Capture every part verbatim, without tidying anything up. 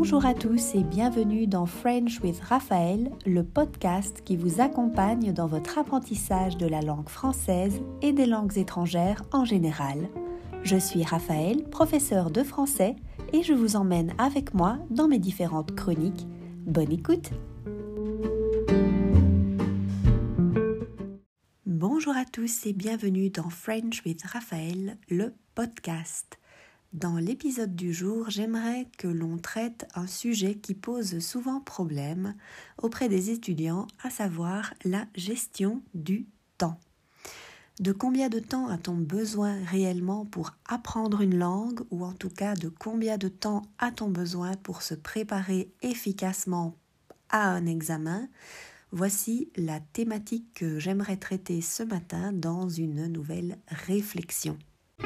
Bonjour à tous et bienvenue dans French with Raphaël, le podcast qui vous accompagne dans votre apprentissage de la langue française et des langues étrangères en général. Je suis Raphaël, professeur de français, et je vous emmène avec moi dans mes différentes chroniques. Bonne écoute! Bonjour à tous et bienvenue dans French with Raphaël, le podcast. Dans l'épisode du jour, j'aimerais que l'on traite un sujet qui pose souvent problème auprès des étudiants, à savoir la gestion du temps. De combien de temps a-t-on besoin réellement pour apprendre une langue, ou en tout cas de combien de temps a-t-on besoin pour se préparer efficacement à un examen? Voici la thématique que j'aimerais traiter ce matin dans une nouvelle réflexion.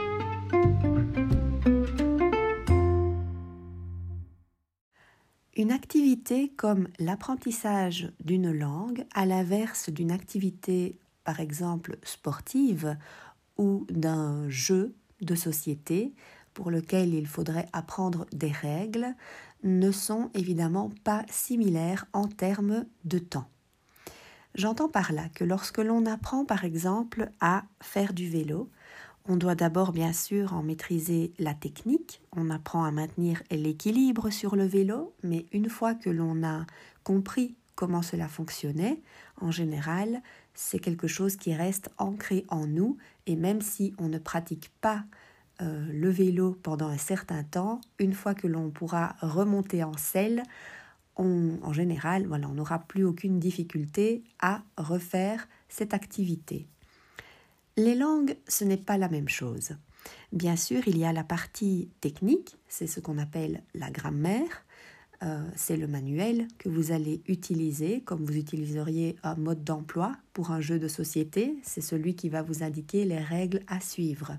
Une activité comme l'apprentissage d'une langue, à l'inverse d'une activité par exemple sportive ou d'un jeu de société pour lequel il faudrait apprendre des règles, ne sont évidemment pas similaires en termes de temps. J'entends par là que lorsque l'on apprend par exemple à faire du vélo, on doit d'abord bien sûr en maîtriser la technique, on apprend à maintenir l'équilibre sur le vélo, mais une fois que l'on a compris comment cela fonctionnait, en général, c'est quelque chose qui reste ancré en nous, et même si on ne pratique pas euh, le vélo pendant un certain temps, une fois que l'on pourra remonter en selle, on, en général, voilà, on n'aura plus aucune difficulté à refaire cette activité. Les langues, ce n'est pas la même chose. Bien sûr, il y a la partie technique, c'est ce qu'on appelle la grammaire, euh, c'est le manuel que vous allez utiliser comme vous utiliseriez un mode d'emploi pour un jeu de société, c'est celui qui va vous indiquer les règles à suivre.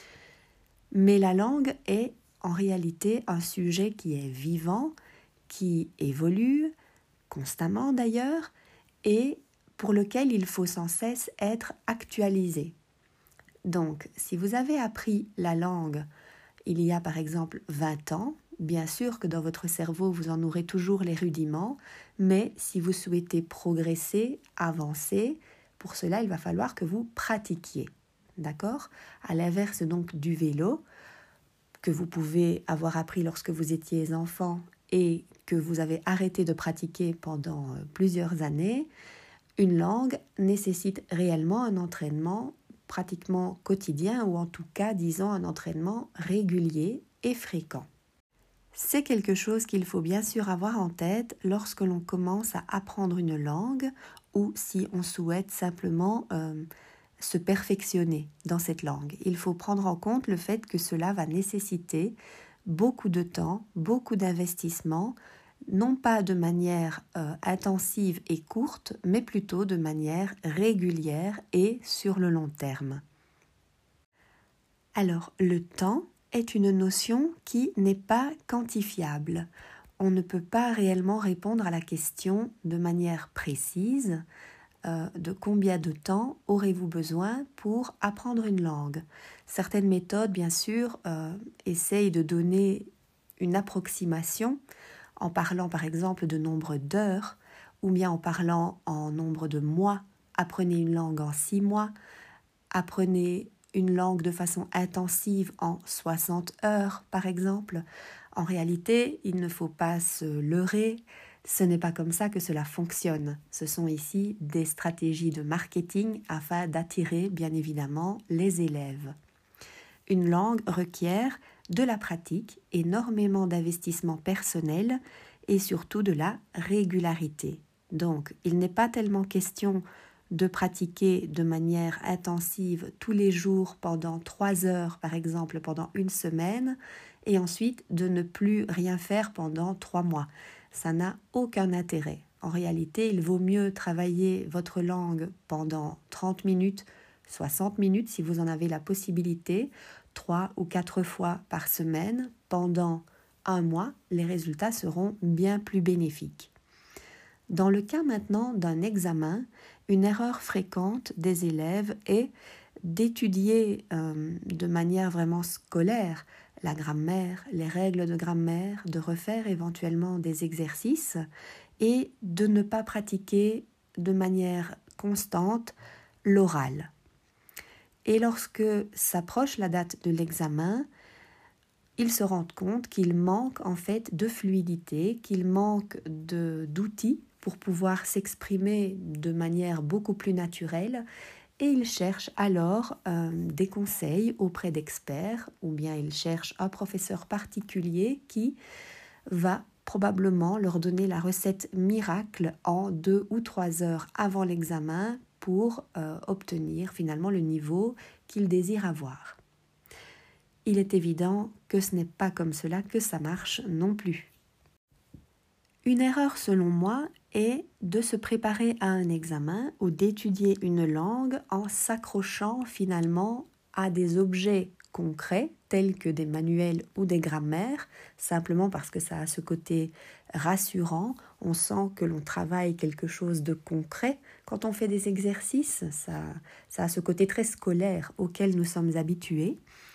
Mais la langue est en réalité un sujet qui est vivant, qui évolue constamment d'ailleurs, et pour lequel il faut sans cesse être actualisé. Donc, si vous avez appris la langue il y a par exemple vingt ans, bien sûr que dans votre cerveau vous en aurez toujours les rudiments, mais si vous souhaitez progresser, avancer, pour cela il va falloir que vous pratiquiez. D'accord ? À l'inverse donc du vélo, que vous pouvez avoir appris lorsque vous étiez enfant et que vous avez arrêté de pratiquer pendant plusieurs années, une langue nécessite réellement un entraînement pratiquement quotidien, ou en tout cas, disons, un entraînement régulier et fréquent. C'est quelque chose qu'il faut bien sûr avoir en tête lorsque l'on commence à apprendre une langue, ou si on souhaite simplement euh, se perfectionner dans cette langue. Il faut prendre en compte le fait que cela va nécessiter beaucoup de temps, beaucoup d'investissement, non pas de manière euh, intensive et courte, mais plutôt de manière régulière et sur le long terme. Alors, le temps est une notion qui n'est pas quantifiable. On ne peut pas réellement répondre à la question de manière précise euh, de combien de temps aurez-vous besoin pour apprendre une langue. Certaines méthodes, bien sûr, euh, essayent de donner une approximation en parlant par exemple de nombre d'heures, ou bien en parlant en nombre de mois. Apprenez une langue en six mois, apprenez une langue de façon intensive en soixante heures par exemple. En réalité, il ne faut pas se leurrer, ce n'est pas comme ça que cela fonctionne. Ce sont ici des stratégies de marketing afin d'attirer bien évidemment les élèves. Une langue requiert de la pratique, énormément d'investissement personnel et surtout de la régularité. Donc, il n'est pas tellement question de pratiquer de manière intensive tous les jours pendant trois heures, par exemple pendant une semaine, et ensuite de ne plus rien faire pendant trois mois. Ça n'a aucun intérêt. En réalité, il vaut mieux travailler votre langue pendant trente minutes, soixante minutes si vous en avez la possibilité, trois ou quatre fois par semaine pendant un mois, les résultats seront bien plus bénéfiques. Dans le cas maintenant d'un examen, une erreur fréquente des élèves est d'étudier euh, de manière vraiment scolaire la grammaire, les règles de grammaire, de refaire éventuellement des exercices et de ne pas pratiquer de manière constante l'oral. Et lorsque s'approche la date de l'examen, ils se rendent compte qu'il manque en fait de fluidité, qu'il manque de, d'outils pour pouvoir s'exprimer de manière beaucoup plus naturelle et ils cherchent alors euh, des conseils auprès d'experts ou bien ils cherchent un professeur particulier qui va probablement leur donner la recette miracle en deux ou trois heures avant l'examen pour euh, obtenir finalement le niveau qu'ils désirent avoir. Il est évident que ce n'est pas comme cela que ça marche non plus. Une erreur selon moi est de se préparer à un examen ou d'étudier une langue en s'accrochant finalement à des objets concrets tels que des manuels ou des grammaires, simplement parce que ça a ce côté rassurant, on sent que l'on travaille quelque chose de concret. Quand on fait des exercices, ça, ça a ce côté très scolaire auquel nous sommes habitués.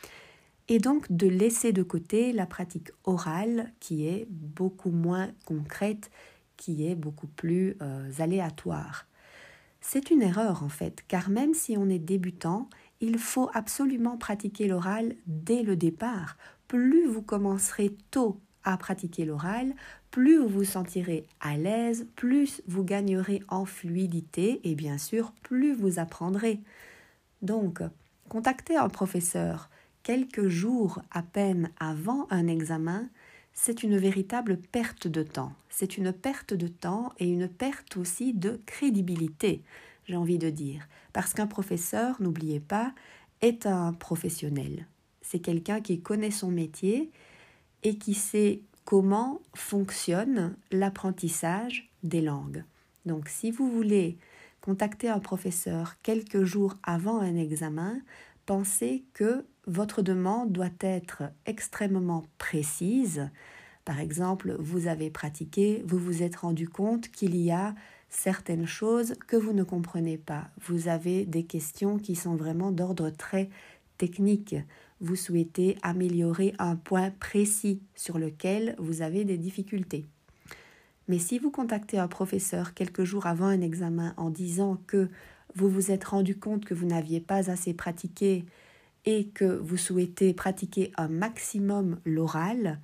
Et donc de laisser de côté la pratique orale qui est beaucoup moins concrète, qui est beaucoup plus euh, aléatoire. C'est une erreur en fait, car même si on est débutant, il faut absolument pratiquer l'oral dès le départ. Plus vous commencerez tôt à pratiquer l'oral, plus vous vous sentirez à l'aise, plus vous gagnerez en fluidité et bien sûr, plus vous apprendrez. Donc, contactez un professeur quelques jours à peine avant un examen, c'est une véritable perte de temps. C'est une perte de temps et une perte aussi de crédibilité, j'ai envie de dire. Parce qu'un professeur, n'oubliez pas, est un professionnel. C'est quelqu'un qui connaît son métier et qui sait comment fonctionne l'apprentissage des langues. Donc, si vous voulez contacter un professeur quelques jours avant un examen, pensez que votre demande doit être extrêmement précise. Par exemple, vous avez pratiqué, vous vous êtes rendu compte qu'il y a certaines choses que vous ne comprenez pas. Vous avez des questions qui sont vraiment d'ordre très technique. Vous souhaitez améliorer un point précis sur lequel vous avez des difficultés. Mais si vous contactez un professeur quelques jours avant un examen en disant que vous vous êtes rendu compte que vous n'aviez pas assez pratiqué et que vous souhaitez pratiquer un maximum l'oral,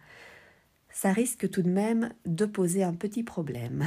ça risque tout de même de poser un petit problème.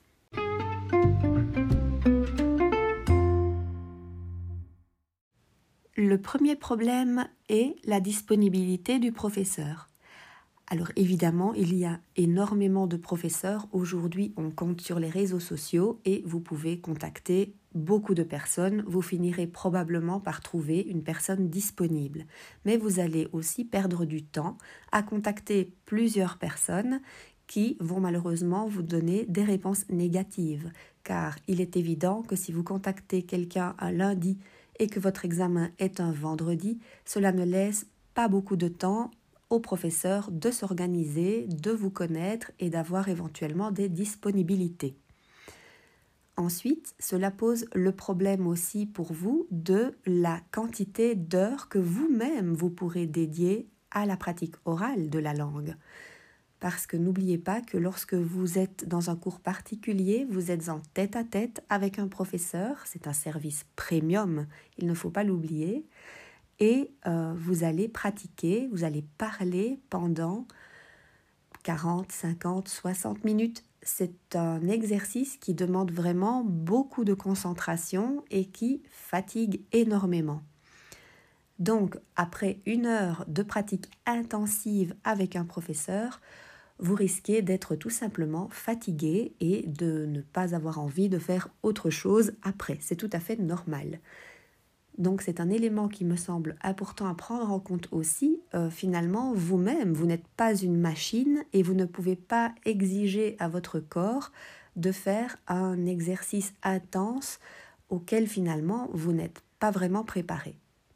Le premier problème est la disponibilité du professeur. Alors évidemment, il y a énormément de professeurs. Aujourd'hui, on compte sur les réseaux sociaux et vous pouvez contacter beaucoup de personnes. Vous finirez probablement par trouver une personne disponible. Mais vous allez aussi perdre du temps à contacter plusieurs personnes qui vont malheureusement vous donner des réponses négatives. Car il est évident que si vous contactez quelqu'un un lundi et que votre examen est un vendredi, cela ne laisse pas beaucoup de temps au professeur de s'organiser, de vous connaître et d'avoir éventuellement des disponibilités. Ensuite, cela pose le problème aussi pour vous de la quantité d'heures que vous-même vous pourrez dédier à la pratique orale de la langue. Parce que n'oubliez pas que lorsque vous êtes dans un cours particulier, vous êtes en tête-à-tête avec un professeur, c'est un service premium, il ne faut pas l'oublier, et euh, vous allez pratiquer, vous allez parler pendant quarante, cinquante, soixante minutes. C'est un exercice qui demande vraiment beaucoup de concentration et qui fatigue énormément. Donc, après une heure de pratique intensive avec un professeur, vous risquez d'être tout simplement fatigué et de ne pas avoir envie de faire autre chose après. C'est tout à fait normal. Donc c'est un élément qui me semble important à prendre en compte aussi. Euh, finalement, vous-même, vous n'êtes pas une machine et vous ne pouvez pas exiger à votre corps de faire un exercice intense auquel finalement vous n'êtes pas vraiment préparé.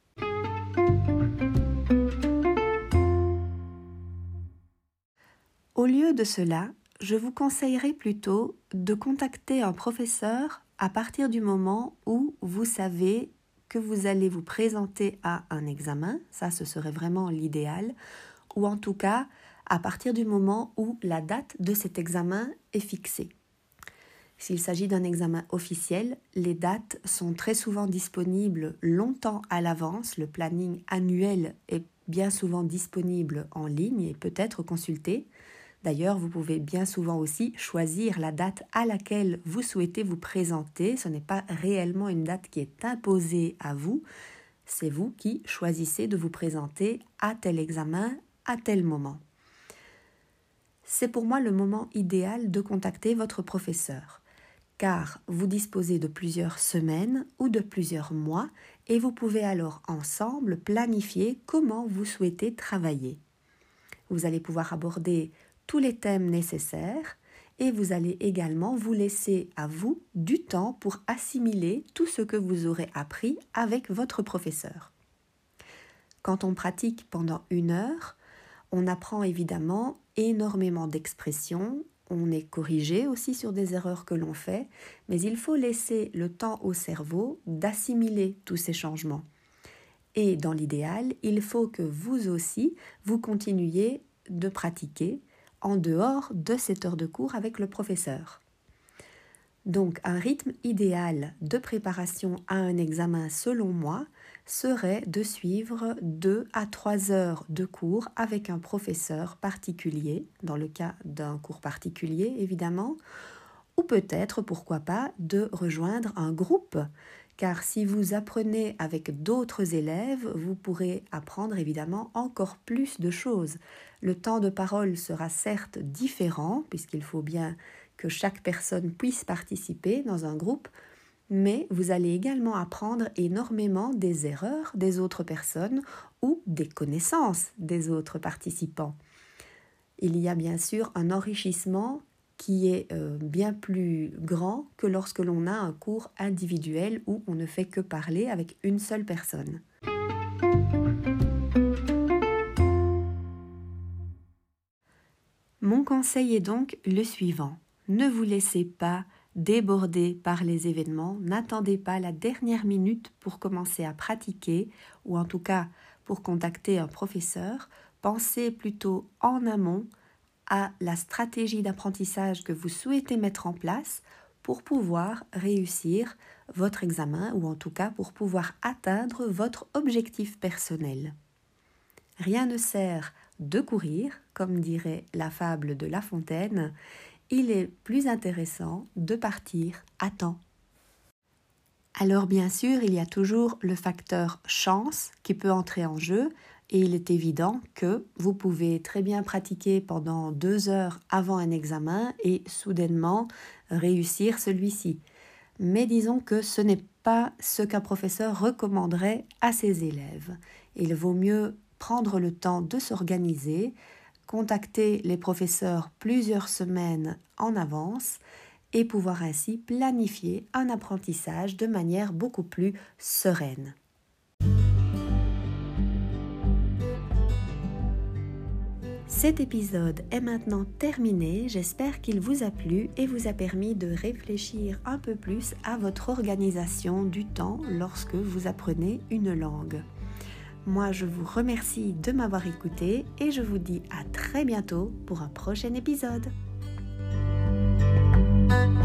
Au lieu de cela, je vous conseillerais plutôt de contacter un professeur à partir du moment où vous savez que vous allez vous présenter à un examen, ça ce serait vraiment l'idéal, ou en tout cas à partir du moment où la date de cet examen est fixée. S'il s'agit d'un examen officiel, les dates sont très souvent disponibles longtemps à l'avance. Le planning annuel est bien souvent disponible en ligne et peut être consulté. D'ailleurs, vous pouvez bien souvent aussi choisir la date à laquelle vous souhaitez vous présenter. Ce n'est pas réellement une date qui est imposée à vous. C'est vous qui choisissez de vous présenter à tel examen, à tel moment. C'est pour moi le moment idéal de contacter votre professeur, car vous disposez de plusieurs semaines ou de plusieurs mois et vous pouvez alors ensemble planifier comment vous souhaitez travailler. Vous allez pouvoir aborder tous les thèmes nécessaires et vous allez également vous laisser à vous du temps pour assimiler tout ce que vous aurez appris avec votre professeur. Quand on pratique pendant une heure, on apprend évidemment énormément d'expressions, on est corrigé aussi sur des erreurs que l'on fait, mais il faut laisser le temps au cerveau d'assimiler tous ces changements. Et dans l'idéal, il faut que vous aussi, vous continuiez de pratiquer en dehors de cette heure de cours avec le professeur. Donc, un rythme idéal de préparation à un examen, selon moi, serait de suivre deux à trois heures de cours avec un professeur particulier, dans le cas d'un cours particulier évidemment, ou peut-être, pourquoi pas, de rejoindre un groupe, car si vous apprenez avec d'autres élèves, vous pourrez apprendre évidemment encore plus de choses. Le temps de parole sera certes différent, puisqu'il faut bien que chaque personne puisse participer dans un groupe, mais vous allez également apprendre énormément des erreurs des autres personnes ou des connaissances des autres participants. Il y a bien sûr un enrichissement qui est euh, bien plus grand que lorsque l'on a un cours individuel où on ne fait que parler avec une seule personne. Mon conseil est donc le suivant. Ne vous laissez pas déborder par les événements, n'attendez pas la dernière minute pour commencer à pratiquer ou en tout cas pour contacter un professeur. Pensez plutôt en amont à la stratégie d'apprentissage que vous souhaitez mettre en place pour pouvoir réussir votre examen ou en tout cas pour pouvoir atteindre votre objectif personnel. Rien ne sert de courir, comme dirait la fable de La Fontaine, il est plus intéressant de partir à temps. Alors bien sûr, il y a toujours le facteur chance qui peut entrer en jeu et il est évident que vous pouvez très bien pratiquer pendant deux heures avant un examen et soudainement réussir celui-ci. Mais disons que ce n'est pas ce qu'un professeur recommanderait à ses élèves. Il vaut mieux prendre le temps de s'organiser, contacter les professeurs plusieurs semaines en avance et pouvoir ainsi planifier un apprentissage de manière beaucoup plus sereine. Cet épisode est maintenant terminé, j'espère qu'il vous a plu et vous a permis de réfléchir un peu plus à votre organisation du temps lorsque vous apprenez une langue. Moi, je vous remercie de m'avoir écouté et je vous dis à très bientôt pour un prochain épisode.